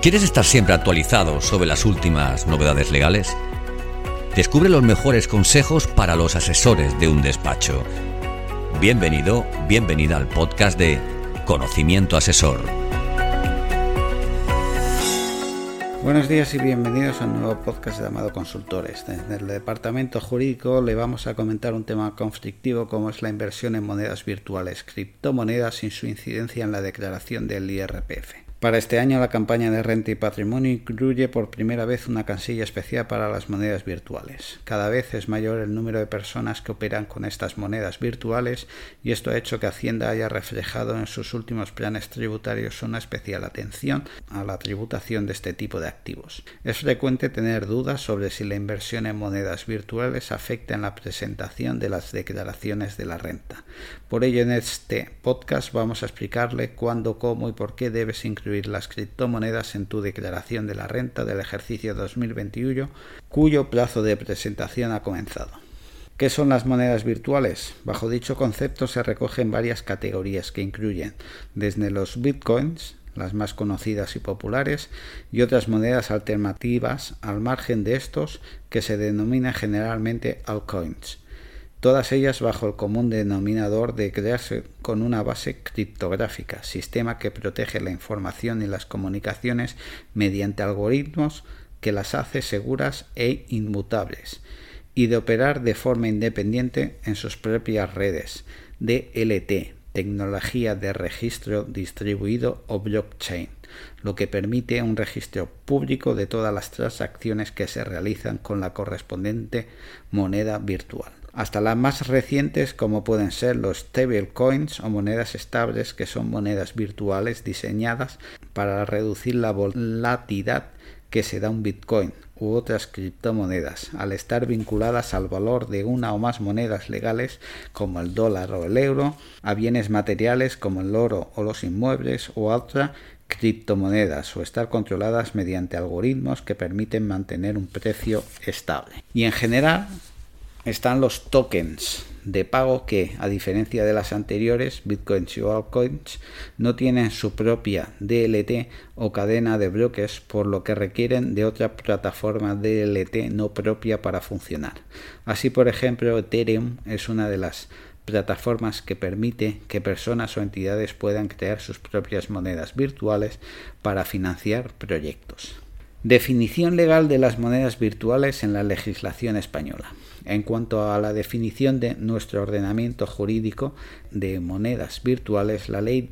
¿Quieres estar siempre actualizado sobre las últimas novedades legales? Descubre los mejores consejos para los asesores de un despacho. Bienvenido, bienvenida al podcast de Conocimiento Asesor. Buenos días y bienvenidos a un nuevo podcast de Amado Consultores. Desde el departamento jurídico le vamos a comentar un tema conflictivo como es la inversión en monedas virtuales, criptomonedas y su incidencia en la declaración del IRPF. Para este año la campaña de renta y patrimonio incluye por primera vez una casilla especial para las monedas virtuales. Cada vez es mayor el número de personas que operan con estas monedas virtuales y esto ha hecho que Hacienda haya reflejado en sus últimos planes tributarios una especial atención a la tributación de este tipo de activos. Es frecuente tener dudas sobre si la inversión en monedas virtuales afecta en la presentación de las declaraciones de la renta. Por ello, en este podcast vamos a explicarle cuándo, cómo y por qué debes incluir las criptomonedas en tu declaración de la renta del ejercicio 2021, cuyo plazo de presentación ha comenzado. ¿Qué son las monedas virtuales? Bajo dicho concepto se recogen varias categorías que incluyen desde los bitcoins, las más conocidas y populares, y otras monedas alternativas al margen de estos que se denominan generalmente altcoins. Todas ellas bajo el común denominador de crearse con una base criptográfica, sistema que protege la información y las comunicaciones mediante algoritmos que las hace seguras e inmutables, y de operar de forma independiente en sus propias redes, DLT, tecnología de registro distribuido o blockchain, lo que permite un registro público de todas las transacciones que se realizan con la correspondiente moneda virtual. Hasta las más recientes como pueden ser los stablecoins o monedas estables, que son monedas virtuales diseñadas para reducir la volatilidad que se da un bitcoin u otras criptomonedas al estar vinculadas al valor de una o más monedas legales como el dólar o el euro, a bienes materiales como el oro o los inmuebles o a otras criptomonedas o estar controladas mediante algoritmos que permiten mantener un precio estable. Y en general están los tokens de pago que, a diferencia de las anteriores, bitcoins y altcoins, no tienen su propia DLT o cadena de bloques, por lo que requieren de otra plataforma DLT no propia para funcionar. Así, por ejemplo, Ethereum es una de las plataformas que permite que personas o entidades puedan crear sus propias monedas virtuales para financiar proyectos. Definición legal de las monedas virtuales en la legislación española. En cuanto a la definición de nuestro ordenamiento jurídico de monedas virtuales, la Ley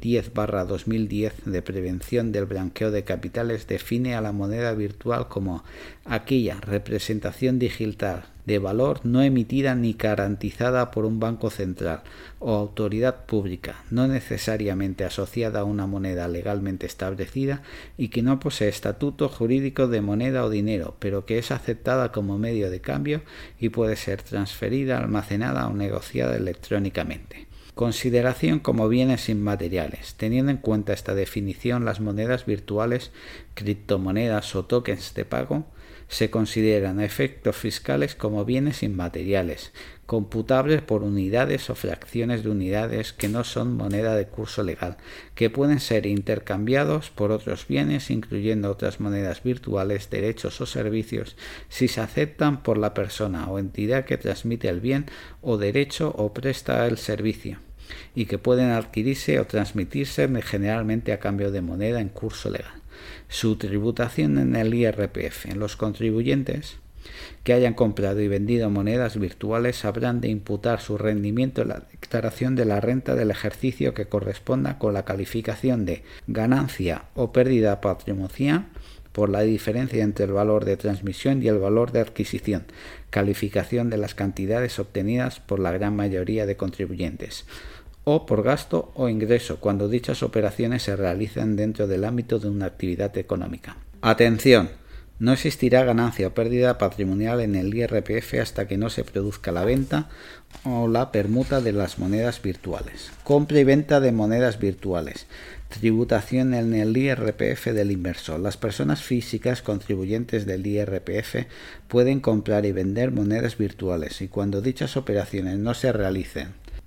10/2010 de prevención del blanqueo de capitales define a la moneda virtual como aquella representación digital de valor no emitida ni garantizada por un banco central o autoridad pública, no necesariamente asociada a una moneda legalmente establecida y que no posee estatuto jurídico de moneda o dinero, pero que es aceptada como medio de cambio y puede ser transferida, almacenada o negociada electrónicamente. Consideración como bienes inmateriales. Teniendo en cuenta esta definición, las monedas virtuales, criptomonedas o tokens de pago se consideran a efectos fiscales como bienes inmateriales, computables por unidades o fracciones de unidades que no son moneda de curso legal, que pueden ser intercambiados por otros bienes, incluyendo otras monedas virtuales, derechos o servicios, si se aceptan por la persona o entidad que transmite el bien o derecho o presta el servicio, y que pueden adquirirse o transmitirse generalmente a cambio de moneda en curso legal. Su tributación en el IRPF. En los contribuyentes que hayan comprado y vendido monedas virtuales habrán de imputar su rendimiento en la declaración de la renta del ejercicio que corresponda con la calificación de ganancia o pérdida patrimonial por la diferencia entre el valor de transmisión y el valor de adquisición, calificación de las cantidades obtenidas por la gran mayoría de contribuyentes, o por gasto o ingreso, cuando dichas operaciones se realicen dentro del ámbito de una actividad económica. Atención: no existirá ganancia o pérdida patrimonial en el IRPF hasta que no se produzca la venta o la permuta de las monedas virtuales. Compra y venta de monedas virtuales. Tributación en el IRPF del inversor. Las personas físicas contribuyentes del IRPF pueden comprar y vender monedas virtuales y cuando dichas operaciones no se realicen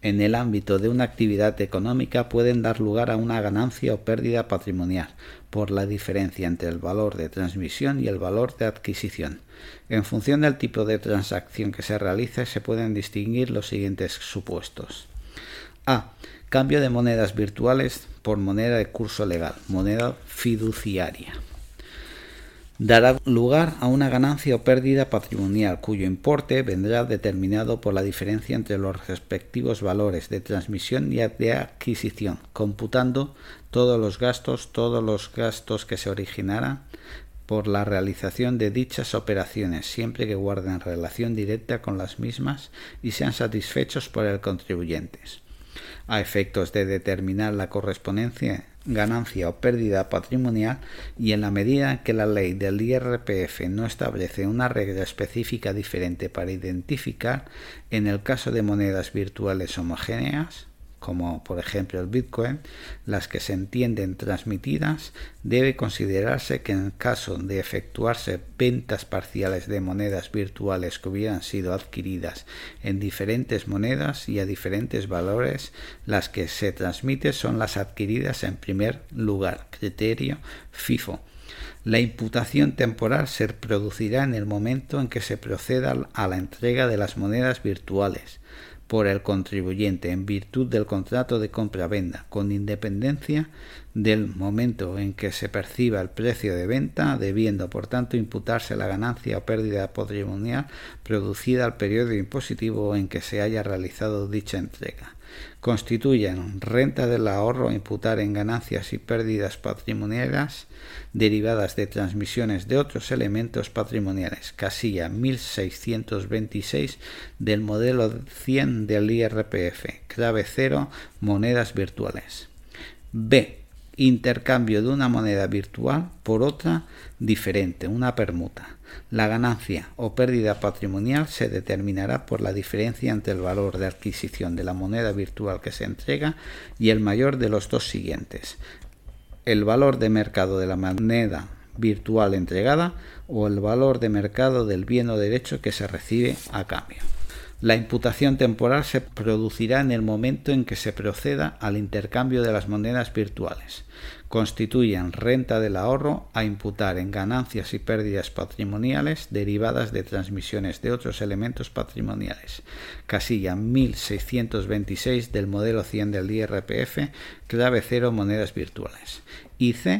en el ámbito de una actividad económica pueden dar lugar a una ganancia o pérdida patrimonial por la diferencia entre el valor de transmisión y el valor de adquisición. En función del tipo de transacción que se realice, se pueden distinguir los siguientes supuestos. A. Cambio de monedas virtuales por moneda de curso legal, moneda fiduciaria. Dará lugar a una ganancia o pérdida patrimonial cuyo importe vendrá determinado por la diferencia entre los respectivos valores de transmisión y de adquisición, computando todos los gastos que se originaran por la realización de dichas operaciones, siempre que guarden relación directa con las mismas y sean satisfechos por el contribuyente. A efectos de determinar la correspondencia, ganancia o pérdida patrimonial, y en la medida en que la ley del IRPF no establece una regla específica diferente para identificar, en el caso de monedas virtuales homogéneas, como por ejemplo el Bitcoin, las que se entienden transmitidas, debe considerarse que en caso de efectuarse ventas parciales de monedas virtuales que hubieran sido adquiridas en diferentes monedas y a diferentes valores, las que se transmiten son las adquiridas en primer lugar, criterio FIFO. La imputación temporal se producirá en el momento en que se proceda a la entrega de las monedas virtuales por el contribuyente en virtud del contrato de compra-venta, con independencia del momento en que se perciba el precio de venta, debiendo por tanto imputarse la ganancia o pérdida patrimonial producida al periodo impositivo en que se haya realizado dicha entrega. Constituyen renta del ahorro a imputar en ganancias y pérdidas patrimoniales derivadas de transmisiones de otros elementos patrimoniales. Casilla 1626 del modelo 100 del IRPF. Clave 0. Monedas virtuales. B. Intercambio de una moneda virtual por otra diferente, una permuta. La ganancia o pérdida patrimonial se determinará por la diferencia entre el valor de adquisición de la moneda virtual que se entrega y el mayor de los dos siguientes: el valor de mercado de la moneda virtual entregada o el valor de mercado del bien o derecho que se recibe a cambio. La imputación temporal se producirá en el momento en que se proceda al intercambio de las monedas virtuales. Constituyen renta del ahorro a imputar en ganancias y pérdidas patrimoniales derivadas de transmisiones de otros elementos patrimoniales. Casilla 1626 del modelo 100 del IRPF, clave 0, monedas virtuales. Y C.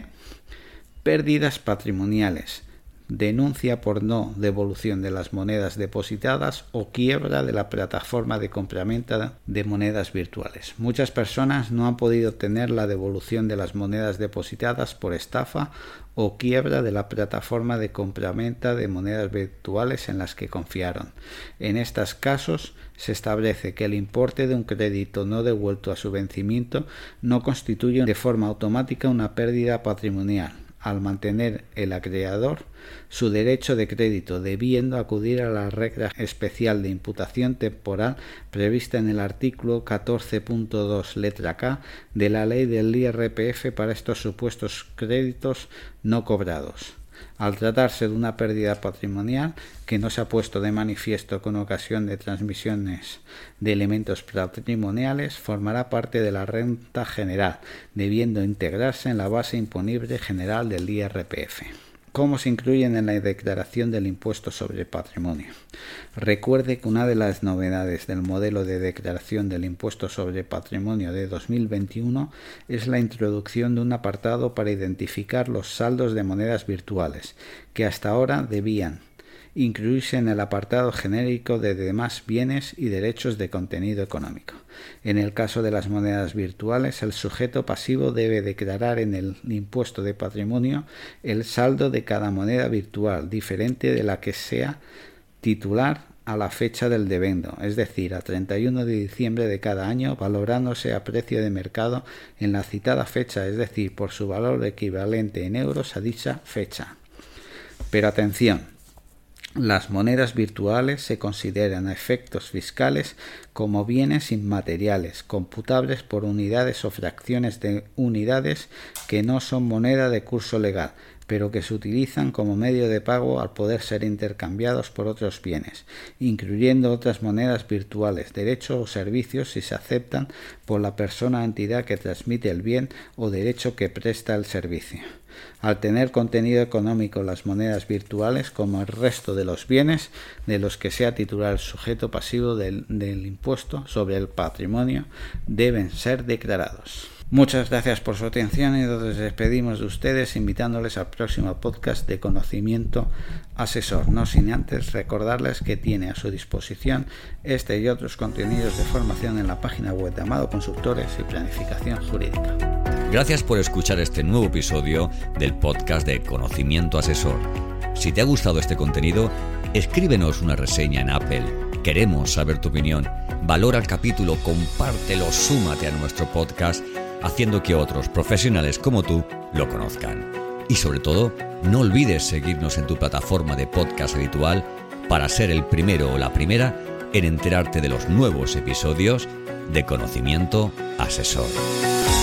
Pérdidas patrimoniales. Denuncia por no devolución de las monedas depositadas o quiebra de la plataforma de compraventa de monedas virtuales. Muchas personas no han podido obtener la devolución de las monedas depositadas por estafa o quiebra de la plataforma de compraventa de monedas virtuales en las que confiaron. En estos casos se establece que el importe de un crédito no devuelto a su vencimiento no constituye de forma automática una pérdida patrimonial, al mantener el acreedor su derecho de crédito, debiendo acudir a la regla especial de imputación temporal prevista en el artículo 14.2 letra K de la ley del IRPF para estos supuestos créditos no cobrados. Al tratarse de una pérdida patrimonial que no se ha puesto de manifiesto con ocasión de transmisiones de elementos patrimoniales, formará parte de la renta general, debiendo integrarse en la base imponible general del IRPF. ¿Cómo se incluyen en la declaración del impuesto sobre patrimonio? Recuerde que una de las novedades del modelo de declaración del impuesto sobre patrimonio de 2021 es la introducción de un apartado para identificar los saldos de monedas virtuales, que hasta ahora debían incluirse en el apartado genérico de demás bienes y derechos de contenido económico. En el caso de las monedas virtuales, el sujeto pasivo debe declarar en el impuesto de patrimonio el saldo de cada moneda virtual, diferente de la que sea titular a la fecha del devendo, es decir, a 31 de diciembre de cada año, valorándose a precio de mercado en la citada fecha, es decir, por su valor equivalente en euros a dicha fecha. Pero atención, las monedas virtuales se consideran a efectos fiscales como bienes inmateriales, computables por unidades o fracciones de unidades que no son moneda de curso legal, pero que se utilizan como medio de pago al poder ser intercambiados por otros bienes, incluyendo otras monedas virtuales, derechos o servicios si se aceptan por la persona o entidad que transmite el bien o derecho que presta el servicio. Al tener contenido económico las monedas virtuales, como el resto de los bienes de los que sea titular el sujeto pasivo del impuesto sobre el patrimonio, deben ser declarados. Muchas gracias por su atención y nos despedimos de ustedes invitándoles al próximo podcast de Conocimiento Asesor, no sin antes recordarles que tiene a su disposición este y otros contenidos de formación en la página web de Amado Consultores y Planificación Jurídica. Gracias por escuchar este nuevo episodio del podcast de Conocimiento Asesor. Si te ha gustado este contenido, escríbenos una reseña en Apple. Queremos saber tu opinión. Valora el capítulo, compártelo, súmate a nuestro podcast, haciendo que otros profesionales como tú lo conozcan. Y sobre todo, no olvides seguirnos en tu plataforma de podcast habitual para ser el primero o la primera en enterarte de los nuevos episodios de Conocimiento Asesor.